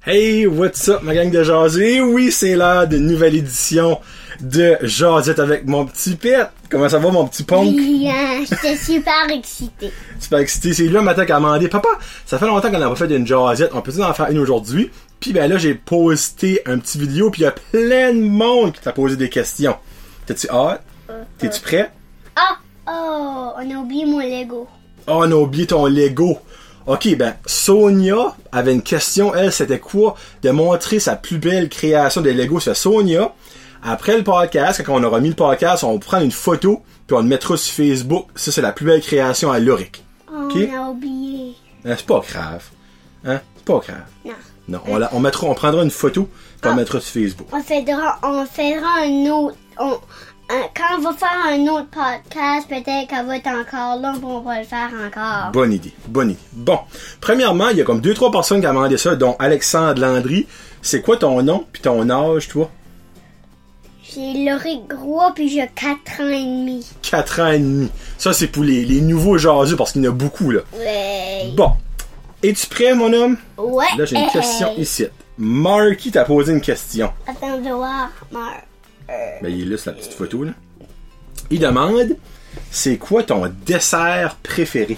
Hey, what's up, ma gang de jaseux? Oui, c'est l'heure d'une nouvelle édition de Jasette avec mon petit pet. Comment ça va, mon petit punk? Bien, j'étais super excitée. Super excité. C'est lui un matin qui a demandé, papa, ça fait longtemps qu'on n'a pas fait d'une jasette. On peut-tu en faire une aujourd'hui? Puis ben là, j'ai posté un petit vidéo, puis il y a plein de monde qui t'a posé des questions. T'es-tu hâte? T'es-tu prêt? Oh, on a oublié mon Lego. Oh, on a oublié ton Lego. Ok, ben, Sonia avait une question, elle, c'était quoi? De montrer sa plus belle création de Lego. C'est Sonia. Après le podcast, quand on aura mis le podcast, on va prendre une photo, puis on le mettra sur Facebook. Ça, c'est la plus belle création à Loric. Oh, Okay? on a oublié. C'est pas grave. Hein? C'est pas grave. Non. Non, on prendra une photo, puis on le mettra sur Facebook. On fera un autre... quand on va faire un autre podcast, peut-être qu'elle va être encore là, puis on va le faire encore. Bonne idée. Bon, premièrement, il y a comme 2-3 personnes qui ont demandé ça, dont Alexandre Landry. C'est quoi ton nom puis ton âge, toi? J'ai Loric Gros, puis j'ai 4 ans et demi. 4 ans et demi. Ça, c'est pour les nouveaux jaseux, parce qu'il y en a beaucoup, là. Ouais. Bon. Es-tu prêt, mon homme? Ouais. Là, j'ai une question ici. Marky t'a posé une question. Attends, je vais voir. Ben, il est là, sur la petite photo, là. Il demande, c'est quoi ton dessert préféré?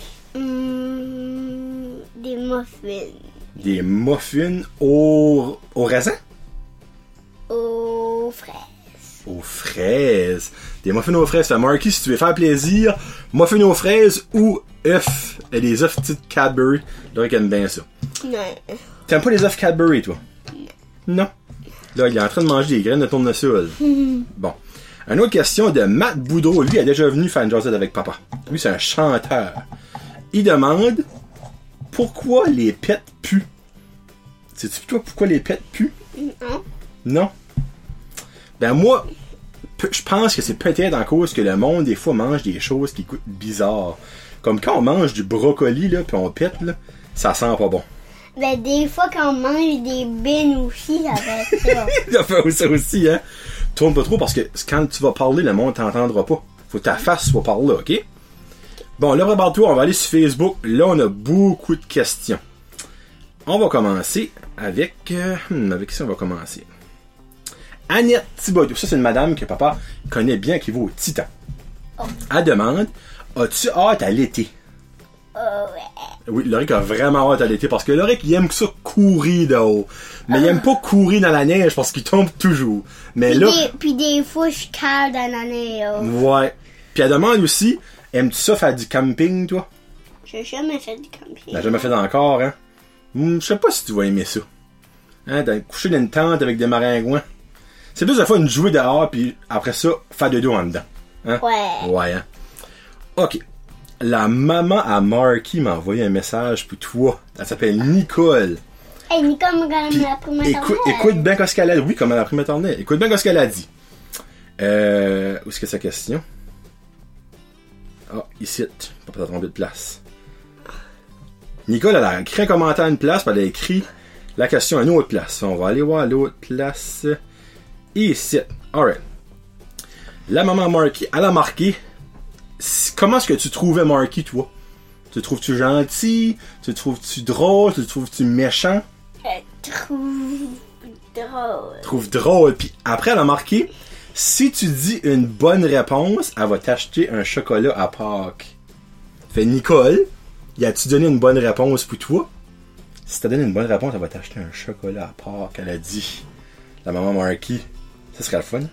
Des muffins. Des muffins au raisin? Aux fraises. Aux fraises. Des muffins aux fraises. Fait Marky, si tu veux faire plaisir, muffins aux fraises ou œufs. Les œufs petites Cadbury. Là, il aime bien ça. Non. T'aimes pas les œufs Cadbury, toi? Non. Là, il est en train de manger des graines de tournesol. Bon. Une autre question de Matt Boudreau. Lui, il est déjà venu faire une jasette avec papa. Lui, c'est un chanteur. Il demande pourquoi les pets puent. Sais-tu toi pourquoi les pets puent? Non. Non? Ben moi, je pense que c'est peut-être en cause que le monde, des fois, mange des choses qui goûtent bizarres. Comme quand on mange du brocoli, là, pis on pète, là, ça sent pas bon. Ben, des fois, quand on mange des bines aussi, ça fait ça. Ça fait ça aussi, hein? Tourne pas trop parce que quand tu vas parler, le monde t'entendra pas. Faut que ta face soit par là, ok? Bon, là, prépare-toi, on va aller sur Facebook. Là, on a beaucoup de questions. On va commencer avec... avec qui ça, on va commencer? Annette Thibodeau. Ça, c'est une madame que papa connaît bien, qui va au Titan. Oh. Elle demande, as-tu hâte à l'été? Ouais. Oui, Loric a vraiment hâte à l'été parce que Loric, il aime ça courir dehors. Mais il aime pas courir dans la neige parce qu'il tombe toujours. Mais Puis là... puis des fois, je cale dans la neige. Ouais. Puis elle demande aussi, aimes-tu ça faire du camping, toi? J'ai jamais fait du camping. Elle n'a jamais fait encore, hein? Je sais pas si tu vas aimer ça. Hein, coucher dans une tente avec des maringouins. C'est plus la fois une jouer dehors, puis après ça, faire de dos en dedans. Hein? Ouais. Ouais, hein? Ok. La maman à Marky m'a envoyé un message pour toi. Elle s'appelle Nicole. Hey, Nicole m'a quand même appris maternelle. Écoute bien ce qu'elle a dit. Oui, comme elle a appris maternelle. Écoute bien ce qu'elle a dit. Où est-ce que c'est sa question? Ah, ici. Pas peut-être tromper de place. Nicole, elle a écrit un commentaire à une place, puis elle a écrit la question à une autre place. On va aller voir l'autre place. Ici. Alright. La maman Marky, elle a marqué. Comment est-ce que tu trouvais Marky, toi? Tu trouves-tu gentil? Tu trouves-tu drôle? Tu trouves-tu méchant? Trouve drôle. Puis après, elle a marqué, si tu dis une bonne réponse, elle va t'acheter un chocolat à Pâques. Fait Nicole, y a-tu donné une bonne réponse pour toi? Si t'as donné une bonne réponse, elle va t'acheter un chocolat à Pâques. Elle a dit, la maman Marky. Ça serait le fun.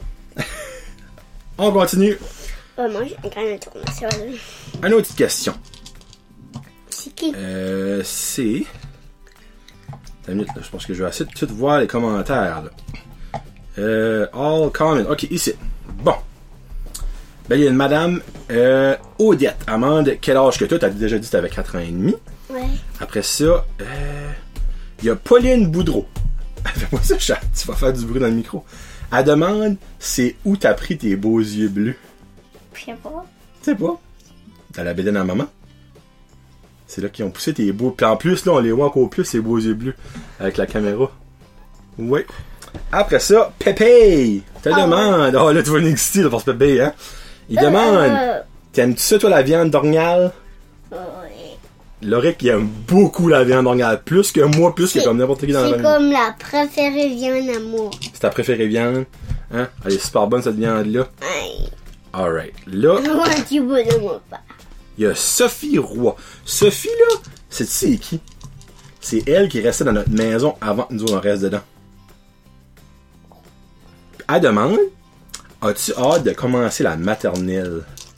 On continue. Moi, j'ai un grand tournesol. Une autre question. C'est qui? C'est... Attends une minute, là. Je pense que je vais essayer de tout voir les commentaires, là. All comment. Ok, ici. Bon. Ben, il y a une madame, Odette. Elle demande quel âge que toi. T'as déjà dit que t'avais 4 ans et demi. Ouais. Après ça, il y a Pauline Boudreau. Fais-moi ça, chat. Tu vas faire du bruit dans le micro. Elle demande, c'est où t'as pris tes beaux yeux bleus? Je sais pas. Tu sais pas. T'as la bédaine à maman. C'est là qu'ils ont poussé tes beaux... Puis en plus, là, on les voit encore plus, ces beaux yeux bleus. Avec la caméra. Oui. Après ça, Pépé! Te demande... Oh, là, tu vas nous exciter, là, pour ce Pépé, hein? Il demande... T'aimes-tu ça, toi, la viande d'orignal? Oui. Loric, il aime beaucoup la viande. On regarde plus que moi, plus que comme n'importe qui dans la C'est famille. comme la préférée viande à moi. C'est ta préférée viande? Hein? Elle est super bonne, cette viande-là. Hey. Alright. Là, Moi, tu veux de mon père. il y a Sophie Roy. Sophie, là, c'est qui? C'est elle qui restait dans notre maison avant que nous on reste dedans. Elle demande, as-tu hâte de commencer la maternelle?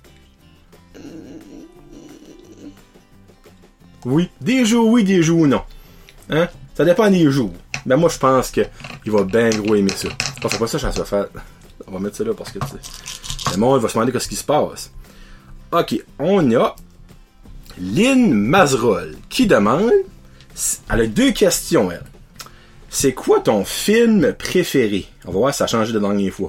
Oui, des jours non. Hein? Ça dépend des jours. Mais moi, je pense qu'il va bien gros aimer ça. On fait pas ça, ça va faire. On va mettre ça là parce que, tu sais, le monde va se demander ce qui se passe. Ok, on a Lynn Mazerol qui demande, elle a 2 questions, elle. C'est quoi ton film préféré? On va voir si ça a changé de dernière fois.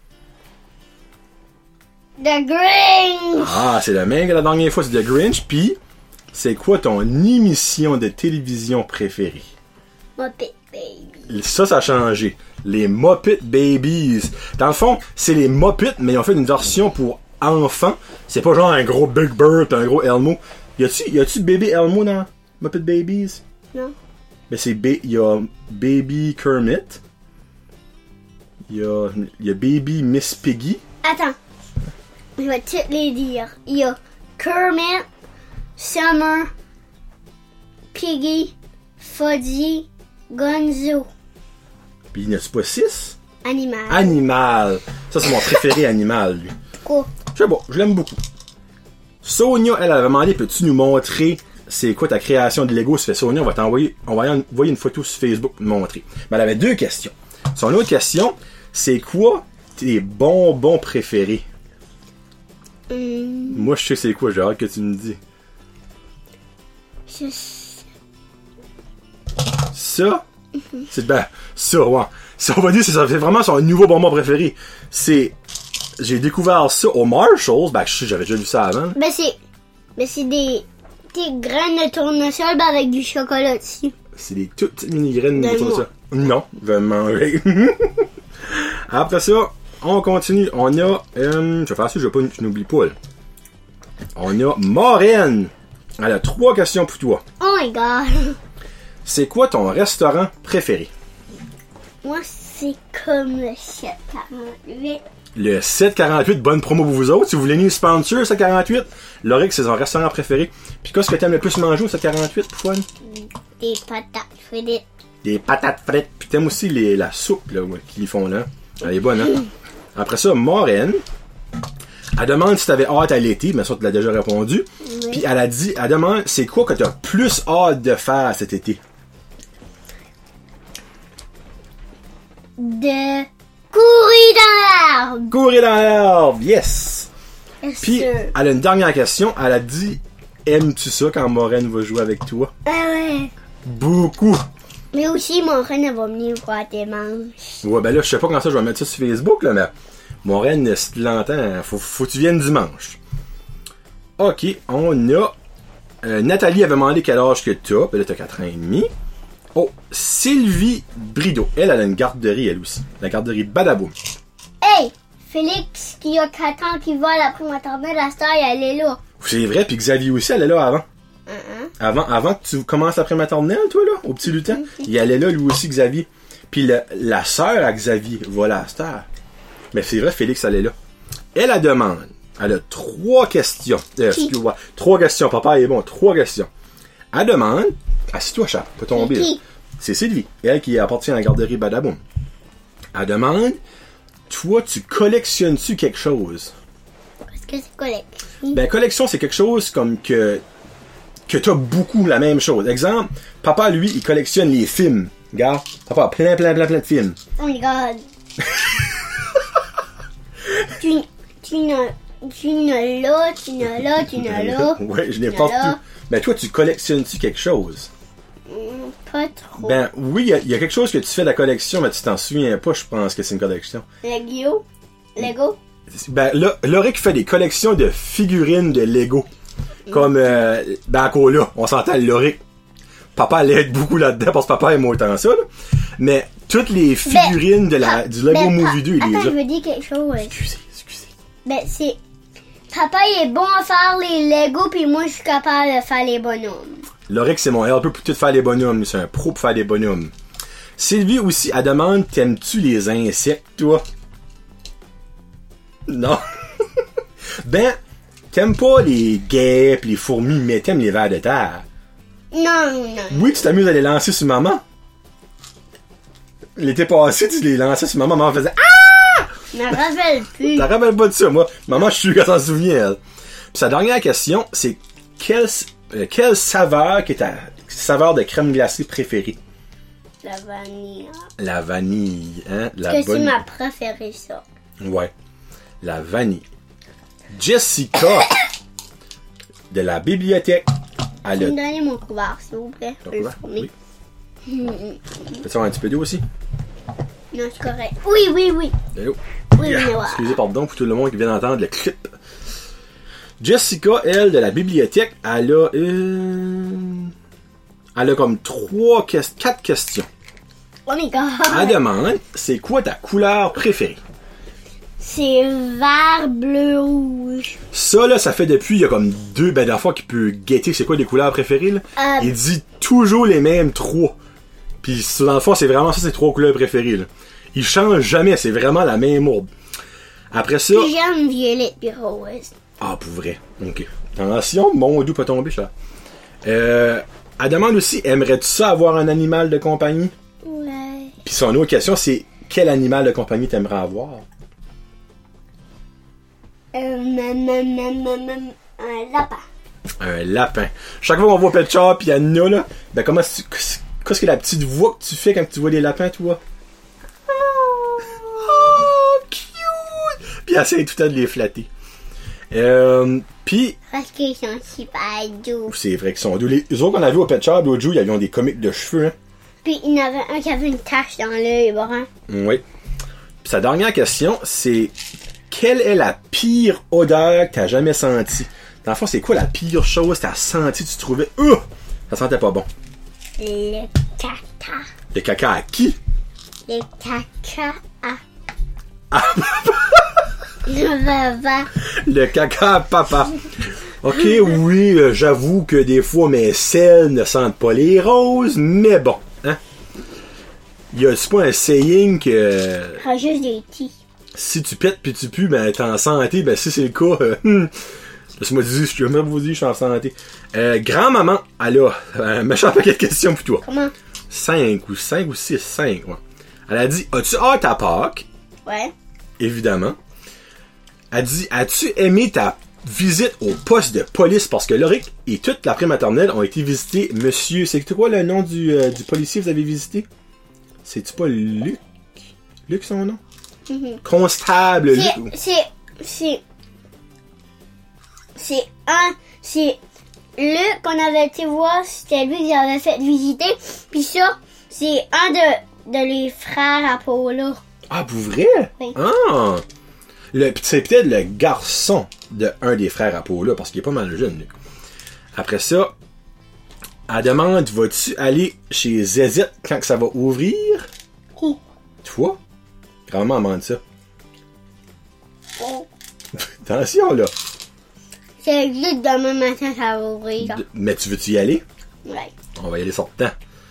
The Grinch! Ah, c'est le même que la dernière fois, c'est The Grinch. Puis, c'est quoi ton émission de télévision préférée? Muppet Baby. Ça a changé. Les Muppet Babies. Dans le fond, c'est les Muppets, mais ils ont fait une version pour enfants. C'est pas genre un gros Big Bird, un gros Elmo. Y a-tu bébé Elmo dans Muppet Babies? Non. Mais il y a Baby Kermit. Il y a Baby Miss Piggy. Attends. Je vais toutes les dire. Il y a Kermit, Summer, Piggy, Fudgy, Gonzo. Puis il n'y a pas 6? Animal. Animal. Ça, c'est mon préféré animal, lui. Quoi? Je sais pas, je l'aime beaucoup. Sonia, elle avait demandé, peux-tu nous montrer c'est quoi ta création de Lego? Ça fait Sonia, on va envoyer une photo sur Facebook pour nous montrer. Mais elle avait 2 questions. Son autre question, c'est quoi tes bonbons préférés? Moi, je sais c'est quoi, j'ai hâte que tu me dis. Ça? C'est ben, ça, ouais. Ça, on va dire, ça fait vraiment son nouveau bonbon préféré. J'ai découvert ça au Marshalls. Ben, je sais, j'avais déjà vu ça avant. Ben, c'est des graines de tournesol avec du chocolat dessus. C'est des toutes petites mini graines de Donne-moi. ça. Non, je vais manger. Après ça, on continue. On a, je vais faire ça, je n'oublie pas, là. On a Maureen. Elle a 3 questions pour toi. Oh my god. C'est quoi ton restaurant préféré? Moi, c'est comme le 748. Le 748, bonne promo pour vous autres. Si vous voulez nous sponsor, 748, Loric, c'est son restaurant préféré. Puis qu'est-ce que t'aimes le plus manger au 748, pour fun? Des patates frites. Des patates frites. Puis t'aimes aussi la soupe là, ouais, qu'ils font là. Elle est bonne, hein? Après ça, Maureen, elle demande si t'avais hâte à l'été, mais ça, tu l'as déjà répondu. Oui. Puis elle demande, c'est quoi que t'as plus hâte de faire cet été? De courir dans l'arbre. Courir dans l'herbe, yes! Yes, Puis, sir. elle a une dernière question. Elle a dit, aimes-tu ça quand Maureen va jouer avec toi? Ah ouais. Beaucoup! Mais aussi, mon reine, elle va venir voir tes manches. Ouais, ben là, je sais pas quand ça, je vais mettre ça sur Facebook, là, mais Maureen, si tu l'entends, faut que tu viennes dimanche. Ok, on a... Nathalie avait demandé quel âge que t'as. Ben là, t'as 4 ans et demi. Oh, Sylvie Brideau. Elle a une garderie, elle aussi. La garderie Badaboum. Hey! Félix, qui a 4 ans, qui va à la primaternelle, la star, elle est là. C'est vrai, puis Xavier aussi, elle est là avant. Uh-huh. Avant que tu commences la prématernelle, toi, là, au petit lutin. Il allait là, lui aussi, Xavier. Puis la sœur à Xavier va là à Star. Mais c'est vrai, Félix, elle est là. Elle a demande. Elle a 3 questions. Excuse-moi. 3 questions. Papa, il est bon. 3 questions. Elle demande. Assis-toi, chat. Pas tomber. C'est qui? Là. C'est Sylvie. Elle qui appartient à la garderie Badaboum. Elle demande. Toi, tu collectionnes-tu quelque chose? Parce que c'est collection. Ben, collection, c'est quelque chose comme que t'as beaucoup la même chose. Exemple, papa, lui, il collectionne les films. Regarde, papa a plein de films. Oh my god. tu n'as là. Ouais, je n'ai Tu pas n'as tout. Ben, toi, tu collectionnes-tu quelque chose? Pas trop. Ben, oui, il y a quelque chose que tu fais de la collection, mais tu t'en souviens pas, je pense que c'est une collection. Lego. Ben, là, Loric fait des collections de figurines de Lego. Comme, ben, encore là, on s'entend, Loric. Papa l'aide beaucoup là-dedans, parce que papa aime autant ça, là. Mais, toutes les figurines du Lego Movie 2, il les Attends, a. je veux dire quelque chose. Excusez. Ben, Papa, il est bon à faire les Legos, puis moi, je suis capable de faire les bonhommes. Loric, c'est mon helper pour tout faire les bonhommes. C'est un pro pour faire les bonhommes. Sylvie aussi, elle demande, t'aimes-tu les insectes, toi? Non. Ben, t'aimes pas les guêpes, les fourmis, mais t'aimes les vers de terre. Non. Oui, tu t'amuses à les lancer sur maman. L'été passé, tu les lançais sur maman, maman faisait ah! Je me rappelle plus. T'en rappelles pas de ça, moi. Maman, je suis sûr qu'elle s'en souvient, elle. Puis sa dernière question, c'est quelle saveur qui est ta saveur de crème glacée préférée? La vanille. La vanille, hein? Parce que c'est ma préférée, ça. Ouais. La vanille. Jessica, de la bibliothèque. Elle Vous a... me donnez mon couvert, s'il vous plaît. Ton couvert? Oui. Mm. Peux-tu avoir un petit peu d'eau aussi? Non, c'est correct. Oui. De l'eau. Oui, Yeah. mais ouais. Excusez, pardon pour tout le monde qui vient d'entendre le clip. Jessica, elle, de la bibliothèque, elle a comme 4 questions. Oh my god. Elle demande, c'est quoi ta couleur préférée? C'est vert, bleu, rouge. Ça, là, ça fait depuis, il y a comme 2, ben, dans le fond, qui peut guetter c'est quoi des couleurs préférées, là. Il dit toujours les mêmes 3. Puis, dans le fond, c'est vraiment ça, ses 3 couleurs préférées, là. Il change jamais, c'est vraiment la même ordre. Après ça... Puis j'aime violet et rose. Ah, pour vrai. Ok. Attention, mon doux peut tomber, ça. Elle demande aussi, aimerais-tu ça avoir un animal de compagnie? Ouais. Puis son autre question, c'est quel animal de compagnie t'aimerais avoir? Un lapin. Un lapin. Chaque fois qu'on voit Pet Shop pis Anna, là, ben qu'est-ce que la petite voix que tu fais quand tu vois les lapins, toi? Oh, cute! Puis elle essaie tout le temps de les flatter. Puis... Parce qu'ils sont super doux. C'est vrai qu'ils sont doux. Les autres qu'on a vu au Pet Shop, l'autre jour, ils avaient des comiques de cheveux, hein. Puis il y en avait un qui avait une tache dans l'œil brun. Oui. Puis sa dernière question, c'est... Quelle est la pire odeur que t'as jamais sentie? Dans le fond, c'est quoi la pire chose que t'as senti, tu trouvais... ça sentait pas bon. Le caca. Le caca à qui? Le caca à... Le baba. Le caca à papa. Ok, oui, j'avoue que des fois mes selles ne sentent pas les roses, mais bon, hein? C'est pas un saying que... Ah, juste des petits. Si tu pètes puis tu pues, ben t'es en santé. Ben si c'est le cas, laisse-moi dire, je vais vous dire, je suis en santé. Grand-maman, elle a un méchant paquet de questions pour toi. Comment? 5 ou 6, 5, ouais. Elle a dit, as-tu hâte à Pâques? Ouais. Évidemment. Elle dit, as-tu aimé ta visite au poste de police? Parce que Loric et toute la prématernelle ont été visités. Monsieur, c'est quoi le nom du policier que vous avez visité? C'est-tu pas Luc? Luc, son nom? Mm-hmm. Constable Luc. C'est Luc qu'on avait été voir, c'était lui qui avait fait visiter. Puis ça, c'est un de les frères Apollo. Ah, pour vrai? Oui. Ah! C'est peut-être le garçon de un des frères Apollo, parce qu'il est pas mal jeune, Luc. Après ça, elle demande, vas-tu aller chez Zezette quand que ça va ouvrir? Qui? Toi? Grand-maman demande ça. Oh. Attention, là. C'est juste demain matin, ça va ouvrir. Mais tu veux-tu y aller? Ouais. On va y aller sortant.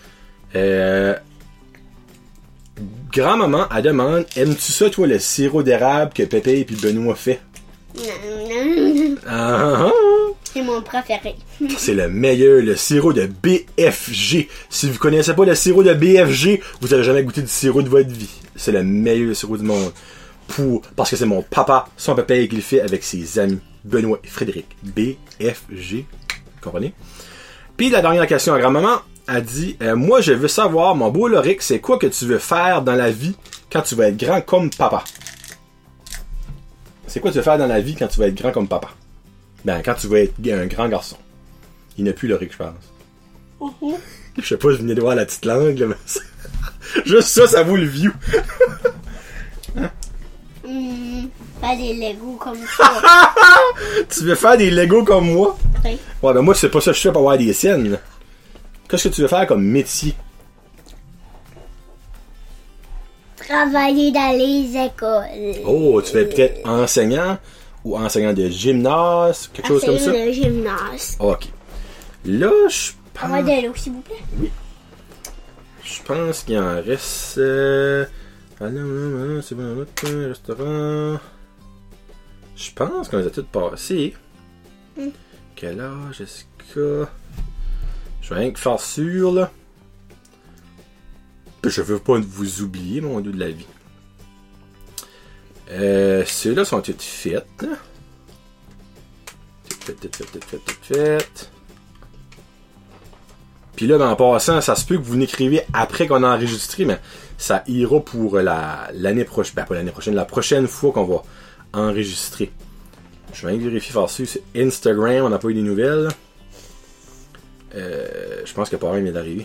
Grand-maman, elle demande, aimes-tu ça, toi, le sirop d'érable que Pépé et puis Benoît fait? Non. Ah, ah. C'est mon préféré. C'est le meilleur, le sirop de BFG. Si vous connaissez pas le sirop de BFG, vous n'avez jamais goûté du sirop de votre vie. C'est le meilleur sirop du monde. Parce que c'est mon papa, son papa qui le fait avec ses amis, Benoît et Frédéric. BFG. Vous comprenez? Puis la dernière question à grand-maman, elle dit, moi je veux savoir, mon beau Loric, c'est quoi que tu veux faire dans la vie quand tu vas être grand comme papa? C'est quoi tu veux faire dans la vie quand tu vas être grand comme papa? Ben, quand tu vas être un grand garçon. Il n'a plus Loric, je pense. Mm-hmm. Je sais pas, je venais de voir la petite langue, là, mais juste ça vaut le view. Pas des Legos comme ça. Tu veux faire des Legos comme moi? Oui. Ouais, ben moi, c'est pas ça que je fais pour avoir des scènes. Qu'est-ce que tu veux faire comme métier? Travailler dans les écoles. Oh, tu vas être peut-être enseignant ou enseignant de gymnase, quelque chose comme ça? Enseignant de gymnase. Ok. Là, je pense... On va de l'eau, s'il vous plaît. Oui. Je pense qu'il en reste... c'est bon, restaurant... Je pense qu'on les a toutes passées. Quel âge, Jessica? Je vais rien que faire sûr, là. Je veux pas vous oublier, mon Dieu de la vie. Ceux-là sont toutes faites. Toutes faites. Puis là, ben, en passant, ça se peut que vous n'écrivez après qu'on a enregistré, mais ça ira pour l'année prochaine. Ben, pas l'année prochaine, la prochaine fois qu'on va enregistrer. Je vais vérifier faire dessus. C'est Instagram, on n'a pas eu des nouvelles. Je pense que pas rien vient d'arriver.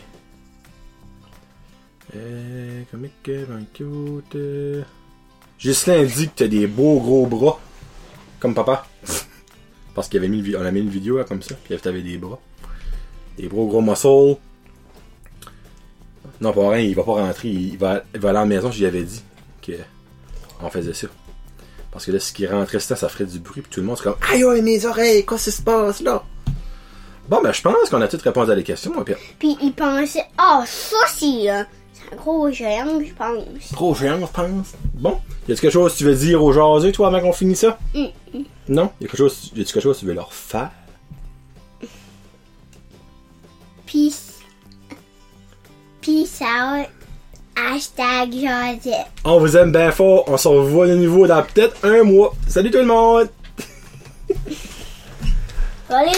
Comique, ben cute. Ghislain dit que t'as des beaux gros bras. Comme papa. Parce qu'on a mis une vidéo là, comme ça. Puis t'avais des bras. Des gros muscles. Non, pas rien, il va pas rentrer. Il va aller à la maison, je lui avais dit qu'on faisait ça. Parce que là, si il rentrait ça ferait du bruit. Puis tout le monde serait comme aïe, aïe, mes oreilles, quoi ça se passe là? Bon, ben, je pense qu'on a toutes répondu à les questions, moi, Pierre. Puis il pensait, ça, c'est un gros géant, je pense. Gros géant, je pense. Bon, y a-tu quelque chose que tu veux dire aux jaseux, toi, avant qu'on finisse ça? Non? Y a-tu quelque chose que tu veux leur faire? Peace out. #Josette. On vous aime bien fort. On se revoit de nouveau dans peut-être un mois. Salut tout le monde! Allez.